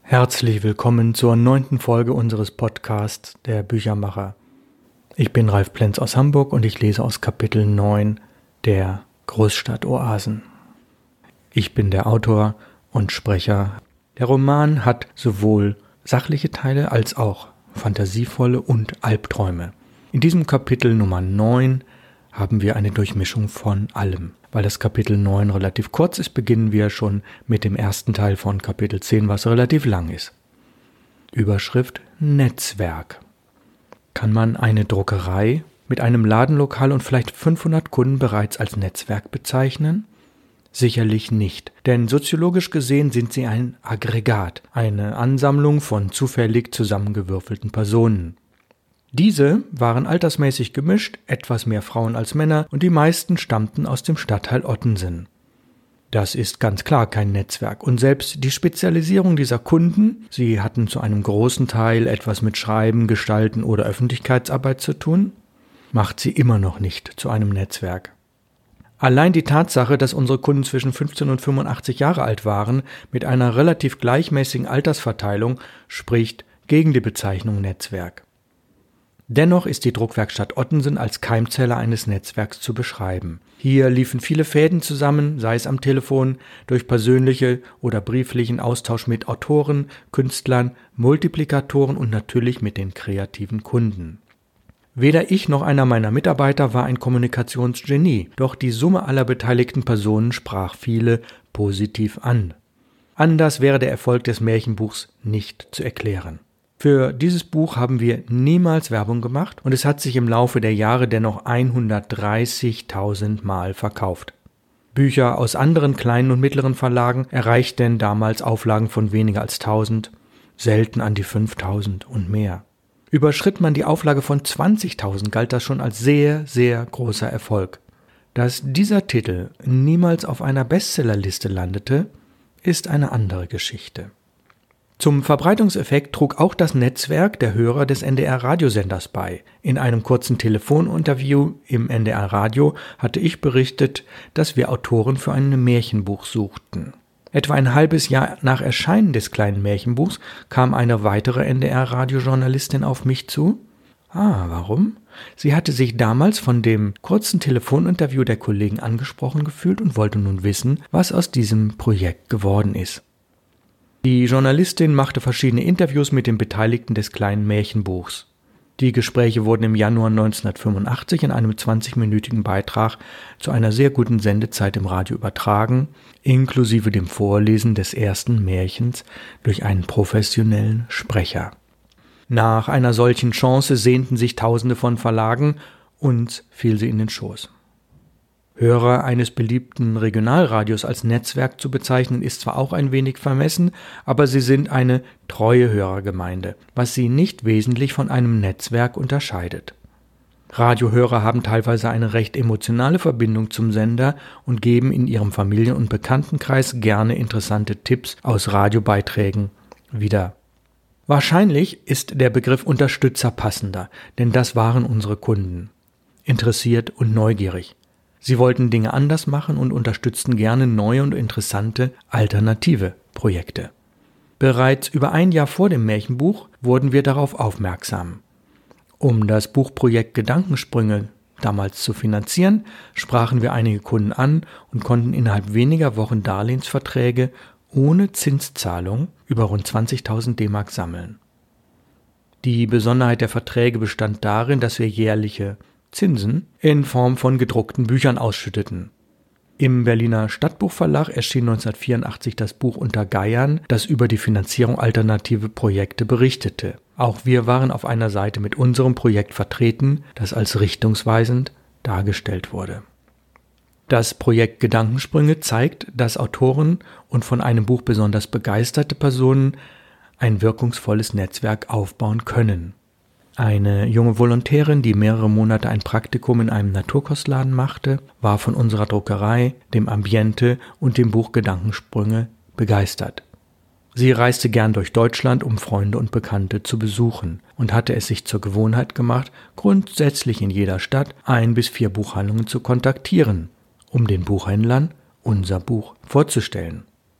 Herzlich willkommen zur 9. Folge unseres Podcasts Der Büchermacher. Ich bin Ralf Plenz aus Hamburg und ich lese aus Kapitel 9 der Großstadtoasen. Ich bin der Autor und Sprecher. Der Roman hat sowohl sachliche Teile als auch fantasievolle und Albträume. In diesem Kapitel Nummer 9 haben wir eine Durchmischung von allem. Weil das Kapitel 9 relativ kurz ist, beginnen wir schon mit dem ersten Teil von Kapitel 10, was relativ lang ist. Überschrift Netzwerk. Kann man eine Druckerei mit einem Ladenlokal und vielleicht 500 Kunden bereits als Netzwerk bezeichnen? Sicherlich nicht, denn soziologisch gesehen sind sie ein Aggregat, eine Ansammlung von zufällig zusammengewürfelten Personen. Diese waren altersmäßig gemischt, etwas mehr Frauen als Männer, und die meisten stammten aus dem Stadtteil Ottensen. Das ist ganz klar kein Netzwerk, und selbst die Spezialisierung dieser Kunden, sie hatten zu einem großen Teil etwas mit Schreiben, Gestalten oder Öffentlichkeitsarbeit zu tun, macht sie immer noch nicht zu einem Netzwerk. Allein die Tatsache, dass unsere Kunden zwischen 15 und 85 Jahre alt waren, mit einer relativ gleichmäßigen Altersverteilung, spricht gegen die Bezeichnung Netzwerk. Dennoch ist die Druckwerkstatt Ottensen als Keimzelle eines Netzwerks zu beschreiben. Hier liefen viele Fäden zusammen, sei es am Telefon, durch persönliche oder brieflichen Austausch mit Autoren, Künstlern, Multiplikatoren und natürlich mit den kreativen Kunden. Weder ich noch einer meiner Mitarbeiter war ein Kommunikationsgenie, doch die Summe aller beteiligten Personen sprach viele positiv an. Anders wäre der Erfolg des Märchenbuchs nicht zu erklären. Für dieses Buch haben wir niemals Werbung gemacht und es hat sich im Laufe der Jahre dennoch 130.000 Mal verkauft. Bücher aus anderen kleinen und mittleren Verlagen erreichten damals Auflagen von weniger als 1.000, selten an die 5.000 und mehr. Überschritt man die Auflage von 20.000, galt das schon als sehr, sehr großer Erfolg. Dass dieser Titel niemals auf einer Bestsellerliste landete, ist eine andere Geschichte. Zum Verbreitungseffekt trug auch das Netzwerk der Hörer des NDR-Radiosenders bei. In einem kurzen Telefoninterview im NDR-Radio hatte ich berichtet, dass wir Autoren für ein Märchenbuch suchten. Etwa ein halbes Jahr nach Erscheinen des kleinen Märchenbuchs kam eine weitere NDR-Radiojournalistin auf mich zu. Warum? Sie hatte sich damals von dem kurzen Telefoninterview der Kollegen angesprochen gefühlt und wollte nun wissen, was aus diesem Projekt geworden ist. Die Journalistin machte verschiedene Interviews mit den Beteiligten des kleinen Märchenbuchs. Die Gespräche wurden im Januar 1985 in einem 20-minütigen Beitrag zu einer sehr guten Sendezeit im Radio übertragen, inklusive dem Vorlesen des ersten Märchens durch einen professionellen Sprecher. Nach einer solchen Chance sehnten sich Tausende von Verlagen, uns fiel sie in den Schoß. Hörer eines beliebten Regionalradios als Netzwerk zu bezeichnen, ist zwar auch ein wenig vermessen, aber sie sind eine treue Hörergemeinde, was sie nicht wesentlich von einem Netzwerk unterscheidet. Radiohörer haben teilweise eine recht emotionale Verbindung zum Sender und geben in ihrem Familien- und Bekanntenkreis gerne interessante Tipps aus Radiobeiträgen wieder. Wahrscheinlich ist der Begriff Unterstützer passender, denn das waren unsere Kunden. Interessiert und neugierig. Sie wollten Dinge anders machen und unterstützten gerne neue und interessante alternative Projekte. Bereits über ein Jahr vor dem Märchenbuch wurden wir darauf aufmerksam. Um das Buchprojekt Gedankensprünge damals zu finanzieren, sprachen wir einige Kunden an und konnten innerhalb weniger Wochen Darlehensverträge ohne Zinszahlung über rund 20.000 D-Mark sammeln. Die Besonderheit der Verträge bestand darin, dass wir jährliche Zinsen in Form von gedruckten Büchern ausschütteten. Im Berliner Stadtbuchverlag erschien 1984 das Buch Unter Geiern, das über die Finanzierung alternative Projekte berichtete. Auch wir waren auf einer Seite mit unserem Projekt vertreten, das als richtungsweisend dargestellt wurde. Das Projekt Gedankensprünge zeigt, dass Autoren und von einem Buch besonders begeisterte Personen ein wirkungsvolles Netzwerk aufbauen können. Eine junge Volontärin, die mehrere Monate ein Praktikum in einem Naturkostladen machte, war von unserer Druckerei, dem Ambiente und dem Buch Gedankensprünge begeistert. Sie reiste gern durch Deutschland, um Freunde und Bekannte zu besuchen und hatte es sich zur Gewohnheit gemacht, grundsätzlich in jeder Stadt 1 bis 4 Buchhandlungen zu kontaktieren, um den Buchhändlern unser Buch vorzustellen.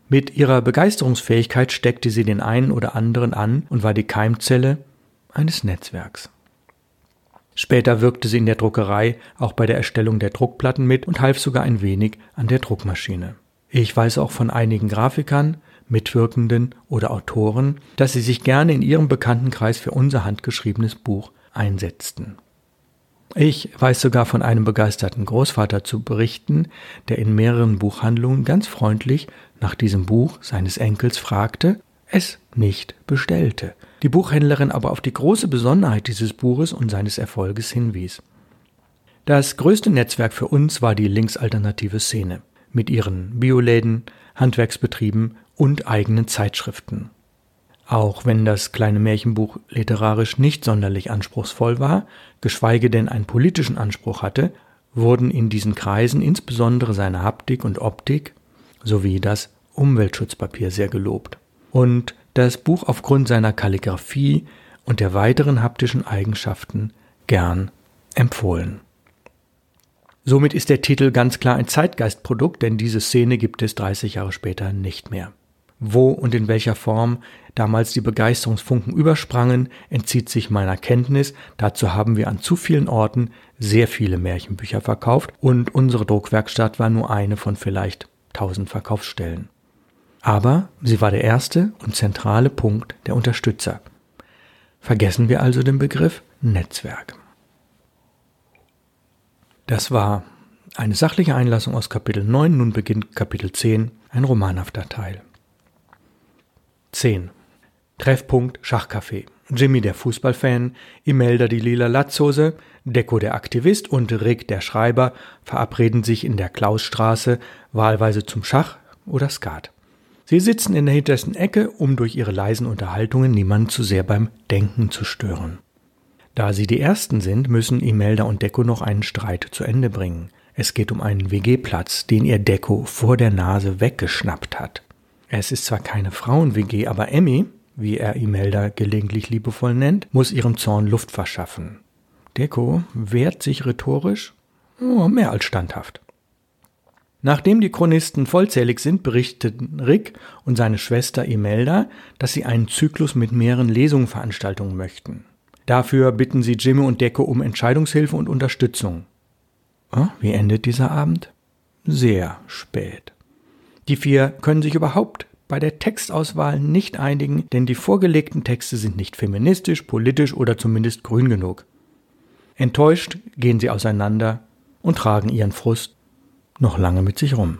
Mit ihrer Begeisterungsfähigkeit steckte sie den einen oder anderen an und war die Keimzelle eines Netzwerks. Später wirkte sie in der Druckerei auch bei der Erstellung der Druckplatten mit und half sogar ein wenig an der Druckmaschine. Ich weiß auch von einigen Grafikern, Mitwirkenden oder Autoren, dass sie sich gerne in ihrem Bekanntenkreis für unser handgeschriebenes Buch einsetzten. Ich weiß sogar von einem begeisterten Großvater zu berichten, der in mehreren Buchhandlungen ganz freundlich nach diesem Buch seines Enkels fragte, es nicht bestellte, die Buchhändlerin aber auf die große Besonderheit dieses Buches und seines Erfolges hinwies. Das größte Netzwerk für uns war die linksalternative Szene mit ihren Bioläden, Handwerksbetrieben und eigenen Zeitschriften. Auch wenn das kleine Märchenbuch literarisch nicht sonderlich anspruchsvoll war, geschweige denn einen politischen Anspruch hatte, wurden in diesen Kreisen insbesondere seine Haptik und Optik sowie das Umweltschutzpapier sehr gelobt und das Buch aufgrund seiner Kalligraphie und der weiteren haptischen Eigenschaften gern empfohlen. Somit ist der Titel ganz klar ein Zeitgeistprodukt, denn diese Szene gibt es 30 Jahre später nicht mehr. Wo und in welcher Form damals die Begeisterungsfunken übersprangen, entzieht sich meiner Kenntnis. Dazu haben wir an zu vielen Orten sehr viele Märchenbücher verkauft und unsere Druckwerkstatt war nur eine von vielleicht 1000 Verkaufsstellen. Aber sie war der erste und zentrale Punkt der Unterstützer. Vergessen wir also den Begriff Netzwerk. Das war eine sachliche Einlassung aus Kapitel 9, nun beginnt Kapitel 10, ein romanhafter Teil. 10. Treffpunkt Schachcafé. Jimmy der Fußballfan, Imelda die lila Latzhose, Deko der Aktivist und Rick der Schreiber verabreden sich in der Klausstraße wahlweise zum Schach oder Skat. Sie sitzen in der hintersten Ecke, um durch ihre leisen Unterhaltungen niemanden zu sehr beim Denken zu stören. Da sie die Ersten sind, müssen Imelda und Deko noch einen Streit zu Ende bringen. Es geht um einen WG-Platz, den ihr Deko vor der Nase weggeschnappt hat. Es ist zwar keine Frauen-WG, aber Emmy, wie er Imelda gelegentlich liebevoll nennt, muss ihrem Zorn Luft verschaffen. Deko wehrt sich rhetorisch, mehr als standhaft. Nachdem die Chronisten vollzählig sind, berichteten Rick und seine Schwester Imelda, dass sie einen Zyklus mit mehreren Lesungsveranstaltungen möchten. Dafür bitten sie Jimmy und Deko um Entscheidungshilfe und Unterstützung. Wie endet dieser Abend? Sehr spät. Die vier können sich überhaupt bei der Textauswahl nicht einigen, denn die vorgelegten Texte sind nicht feministisch, politisch oder zumindest grün genug. Enttäuscht gehen sie auseinander und tragen ihren Frust noch lange mit sich rum.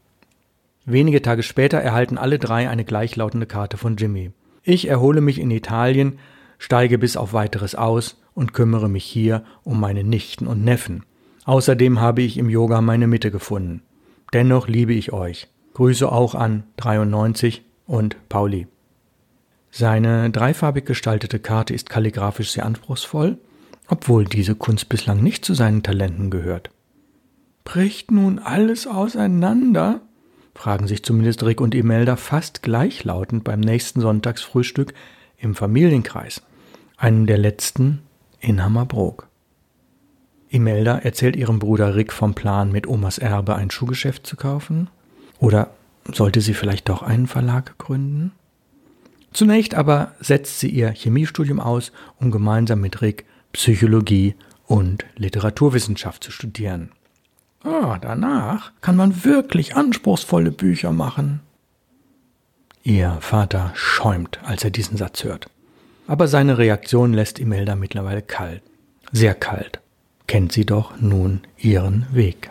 Wenige Tage später erhalten alle drei eine gleichlautende Karte von Jimmy. Ich erhole mich in Italien, steige bis auf Weiteres aus und kümmere mich hier um meine Nichten und Neffen. Außerdem habe ich im Yoga meine Mitte gefunden. Dennoch liebe ich euch. Grüße auch an 93 und Pauli. Seine dreifarbig gestaltete Karte ist kalligrafisch sehr anspruchsvoll, obwohl diese Kunst bislang nicht zu seinen Talenten gehört. Bricht nun alles auseinander? Fragen sich zumindest Rick und Imelda fast gleichlautend beim nächsten Sonntagsfrühstück im Familienkreis, einem der letzten in Hammerbrook. Imelda erzählt ihrem Bruder Rick vom Plan, mit Omas Erbe ein Schuhgeschäft zu kaufen. Oder sollte sie vielleicht doch einen Verlag gründen? Zunächst aber setzt sie ihr Chemiestudium aus, um gemeinsam mit Rick Psychologie und Literaturwissenschaft zu studieren. Danach kann man wirklich anspruchsvolle Bücher machen. Ihr Vater schäumt, als er diesen Satz hört. Aber seine Reaktion lässt Imelda mittlerweile kalt. Sehr kalt. Kennt sie doch nun ihren Weg.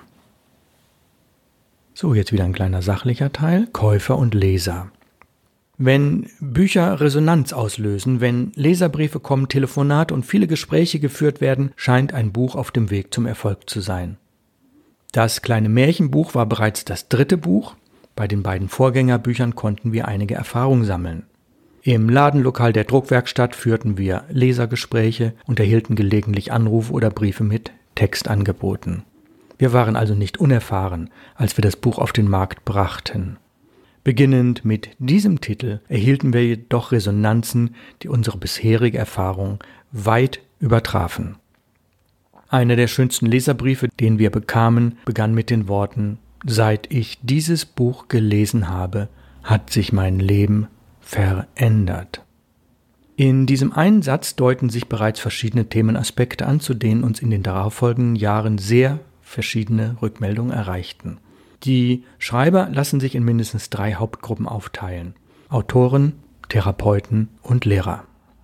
So, jetzt wieder ein kleiner sachlicher Teil. Käufer und Leser. Wenn Bücher Resonanz auslösen, wenn Leserbriefe kommen, Telefonate und viele Gespräche geführt werden, scheint ein Buch auf dem Weg zum Erfolg zu sein. Das kleine Märchenbuch war bereits das 3. Buch. Bei den beiden Vorgängerbüchern konnten wir einige Erfahrungen sammeln. Im Ladenlokal der Druckwerkstatt führten wir Lesergespräche und erhielten gelegentlich Anrufe oder Briefe mit Textangeboten. Wir waren also nicht unerfahren, als wir das Buch auf den Markt brachten. Beginnend mit diesem Titel erhielten wir jedoch Resonanzen, die unsere bisherige Erfahrung weit übertrafen. Einer der schönsten Leserbriefe, den wir bekamen, begann mit den Worten: Seit ich dieses Buch gelesen habe, hat sich mein Leben verändert. In diesem einen Satz deuten sich bereits verschiedene Themenaspekte an, zu denen uns in den darauffolgenden Jahren sehr verschiedene Rückmeldungen erreichten. Die Schreiber lassen sich in mindestens 3 Hauptgruppen aufteilen: Autoren, Therapeuten und Lehrer.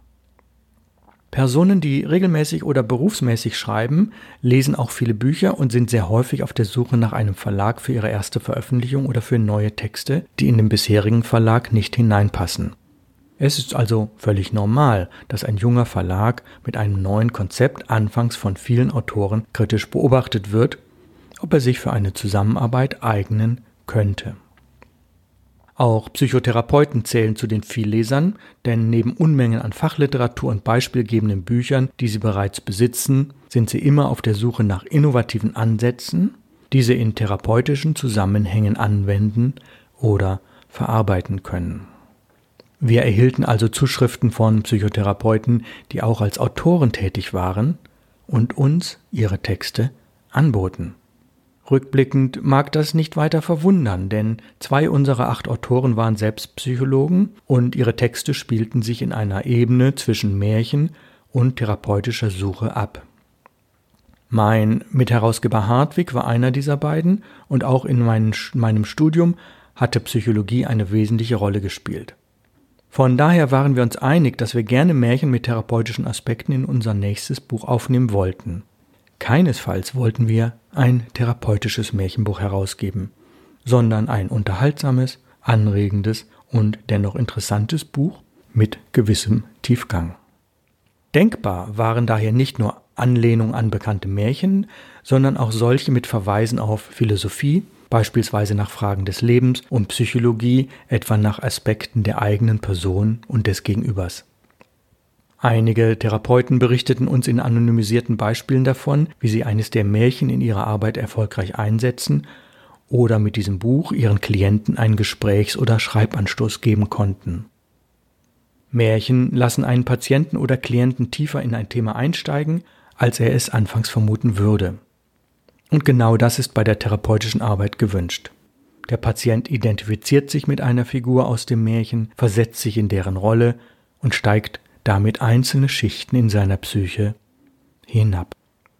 Personen, die regelmäßig oder berufsmäßig schreiben, lesen auch viele Bücher und sind sehr häufig auf der Suche nach einem Verlag für ihre erste Veröffentlichung oder für neue Texte, die in den bisherigen Verlag nicht hineinpassen. Es ist also völlig normal, dass ein junger Verlag mit einem neuen Konzept anfangs von vielen Autoren kritisch beobachtet wird, ob er sich für eine Zusammenarbeit eignen könnte. Auch Psychotherapeuten zählen zu den Viellesern, denn neben Unmengen an Fachliteratur und beispielgebenden Büchern, die sie bereits besitzen, sind sie immer auf der Suche nach innovativen Ansätzen, die sie in therapeutischen Zusammenhängen anwenden oder verarbeiten können. Wir erhielten also Zuschriften von Psychotherapeuten, die auch als Autoren tätig waren und uns ihre Texte anboten. Rückblickend mag das nicht weiter verwundern, denn 2 unserer 8 Autoren waren selbst Psychologen und ihre Texte spielten sich in einer Ebene zwischen Märchen und therapeutischer Suche ab. Mein Mitherausgeber Hartwig war einer dieser beiden und auch in meinem Studium hatte Psychologie eine wesentliche Rolle gespielt. Von daher waren wir uns einig, dass wir gerne Märchen mit therapeutischen Aspekten in unser nächstes Buch aufnehmen wollten. Keinesfalls wollten wir ein therapeutisches Märchenbuch herausgeben, sondern ein unterhaltsames, anregendes und dennoch interessantes Buch mit gewissem Tiefgang. Denkbar waren daher nicht nur Anlehnungen an bekannte Märchen, sondern auch solche mit Verweisen auf Philosophie, beispielsweise nach Fragen des Lebens, und Psychologie, etwa nach Aspekten der eigenen Person und des Gegenübers. Einige Therapeuten berichteten uns in anonymisierten Beispielen davon, wie sie eines der Märchen in ihrer Arbeit erfolgreich einsetzen oder mit diesem Buch ihren Klienten einen Gesprächs- oder Schreibanstoß geben konnten. Märchen lassen einen Patienten oder Klienten tiefer in ein Thema einsteigen, als er es anfangs vermuten würde. Und genau das ist bei der therapeutischen Arbeit gewünscht. Der Patient identifiziert sich mit einer Figur aus dem Märchen, versetzt sich in deren Rolle und steigt damit einzelne Schichten in seiner Psyche hinab.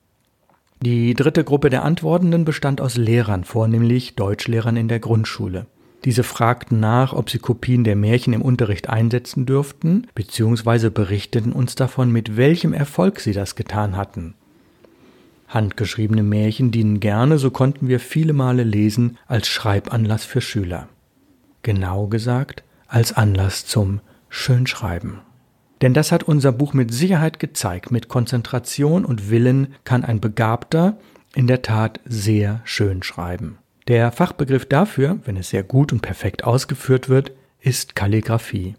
Die 3. Gruppe der Antwortenden bestand aus Lehrern, vornehmlich Deutschlehrern in der Grundschule. Diese fragten nach, ob sie Kopien der Märchen im Unterricht einsetzen dürften, bzw. berichteten uns davon, mit welchem Erfolg sie das getan hatten. Handgeschriebene Märchen dienen gerne, so konnten wir viele Male lesen, als Schreibanlass für Schüler. Genau gesagt, als Anlass zum Schönschreiben. Denn das hat unser Buch mit Sicherheit gezeigt. Mit Konzentration und Willen kann ein Begabter in der Tat sehr schön schreiben. Der Fachbegriff dafür, wenn es sehr gut und perfekt ausgeführt wird, ist Kalligraphie.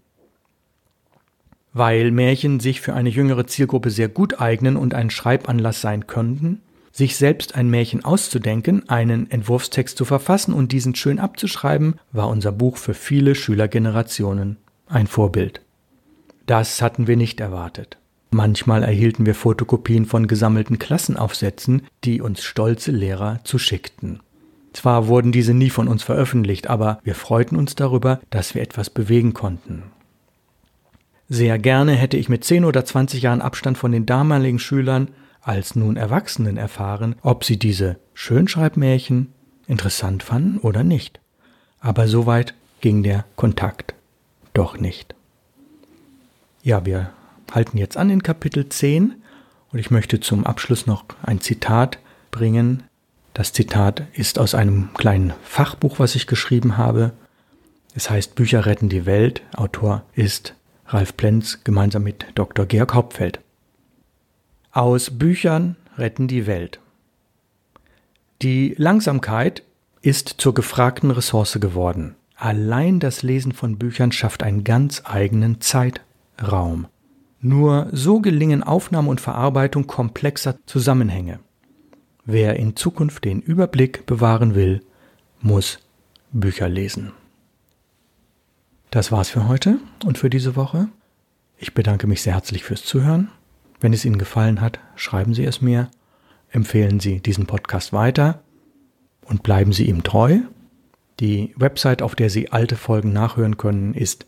Weil Märchen sich für eine jüngere Zielgruppe sehr gut eignen und ein Schreibanlass sein könnten, sich selbst ein Märchen auszudenken, einen Entwurfstext zu verfassen und diesen schön abzuschreiben, war unser Buch für viele Schülergenerationen ein Vorbild. Das hatten wir nicht erwartet. Manchmal erhielten wir Fotokopien von gesammelten Klassenaufsätzen, die uns stolze Lehrer zuschickten. Zwar wurden diese nie von uns veröffentlicht, aber wir freuten uns darüber, dass wir etwas bewegen konnten. Sehr gerne hätte ich mit 10 oder 20 Jahren Abstand von den damaligen Schülern als nun Erwachsenen erfahren, ob sie diese Schönschreibmärchen interessant fanden oder nicht. Aber so weit ging der Kontakt doch nicht. Ja, wir halten jetzt an in Kapitel 10 und ich möchte zum Abschluss noch ein Zitat bringen. Das Zitat ist aus einem kleinen Fachbuch, was ich geschrieben habe. Es heißt Bücher retten die Welt. Autor ist Ralf Plenz gemeinsam mit Dr. Georg Hauptfeld. Aus Büchern retten die Welt. Die Langsamkeit ist zur gefragten Ressource geworden. Allein das Lesen von Büchern schafft einen ganz eigenen Zeitraum. Nur so gelingen Aufnahme und Verarbeitung komplexer Zusammenhänge. Wer in Zukunft den Überblick bewahren will, muss Bücher lesen. Das war's für heute und für diese Woche. Ich bedanke mich sehr herzlich fürs Zuhören. Wenn es Ihnen gefallen hat, schreiben Sie es mir, empfehlen Sie diesen Podcast weiter und bleiben Sie ihm treu. Die Website, auf der Sie alte Folgen nachhören können, ist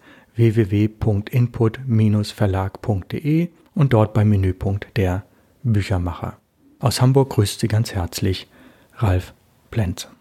www.input-verlag.de und dort beim Menüpunkt der Büchermacher. Aus Hamburg grüßt Sie ganz herzlich Ralf Plenz.